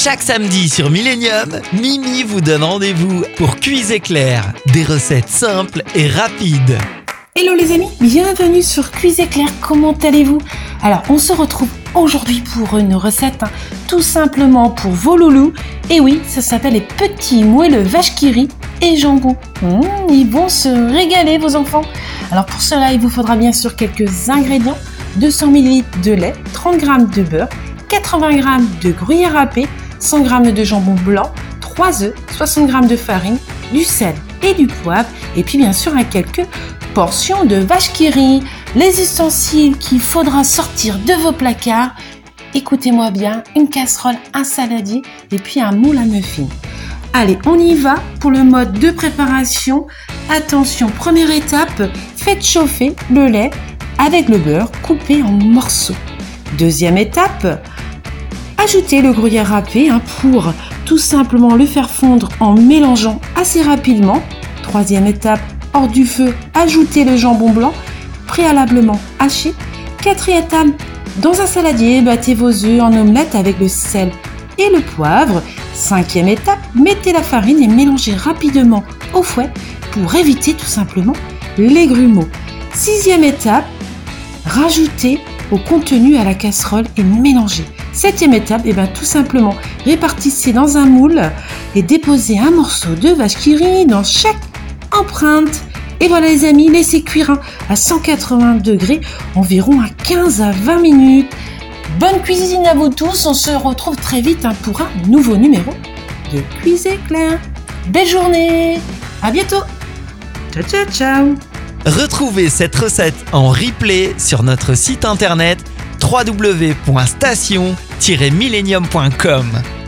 Chaque samedi sur Millennium, Mimi vous donne rendez-vous pour Cuise Éclair. Des recettes simples et rapides. Hello les amis, bienvenue sur Cuise Éclair, comment allez-vous? Alors on se retrouve aujourd'hui pour une recette tout simplement pour vos loulous. Et oui, ça s'appelle les petits moelleux vache qui rit et jambon. Ils vont se régaler vos enfants. Alors pour cela, il vous faudra bien sûr quelques ingrédients. 200 ml de lait, 30 g de beurre, 80 g de gruyère râpé, 100 g de jambon blanc, 3 œufs, 60 g de farine, du sel et du poivre. Et puis bien sûr, quelques portions de vache qui rit. Les ustensiles qu'il faudra sortir de vos placards. Écoutez-moi bien, une casserole, un saladier et puis un moule à muffins. Allez, on y va pour le mode de préparation. Attention, première étape, faites chauffer le lait avec le beurre coupé en morceaux. Deuxième étape, ajoutez le gruyère râpé pour tout simplement le faire fondre en mélangeant assez rapidement. Troisième étape, hors du feu, ajoutez le jambon blanc préalablement haché. Quatrième étape, dans un saladier, battez vos œufs en omelette avec le sel et le poivre. Cinquième étape, mettez la farine et mélangez rapidement au fouet pour éviter tout simplement les grumeaux. Sixième étape, rajoutez au contenu à la casserole et mélangez. Septième étape, tout simplement répartissez dans un moule et déposez un morceau de vache qui rit dans chaque empreinte. Et voilà les amis, laissez cuire à 180 degrés environ à 15 à 20 minutes. Bonne cuisine à vous tous, on se retrouve très vite pour un nouveau numéro de Cuise Éclair. Belle journée, à bientôt. Ciao ciao ciao. Retrouvez cette recette en replay sur notre site internet www.station-millennium.com.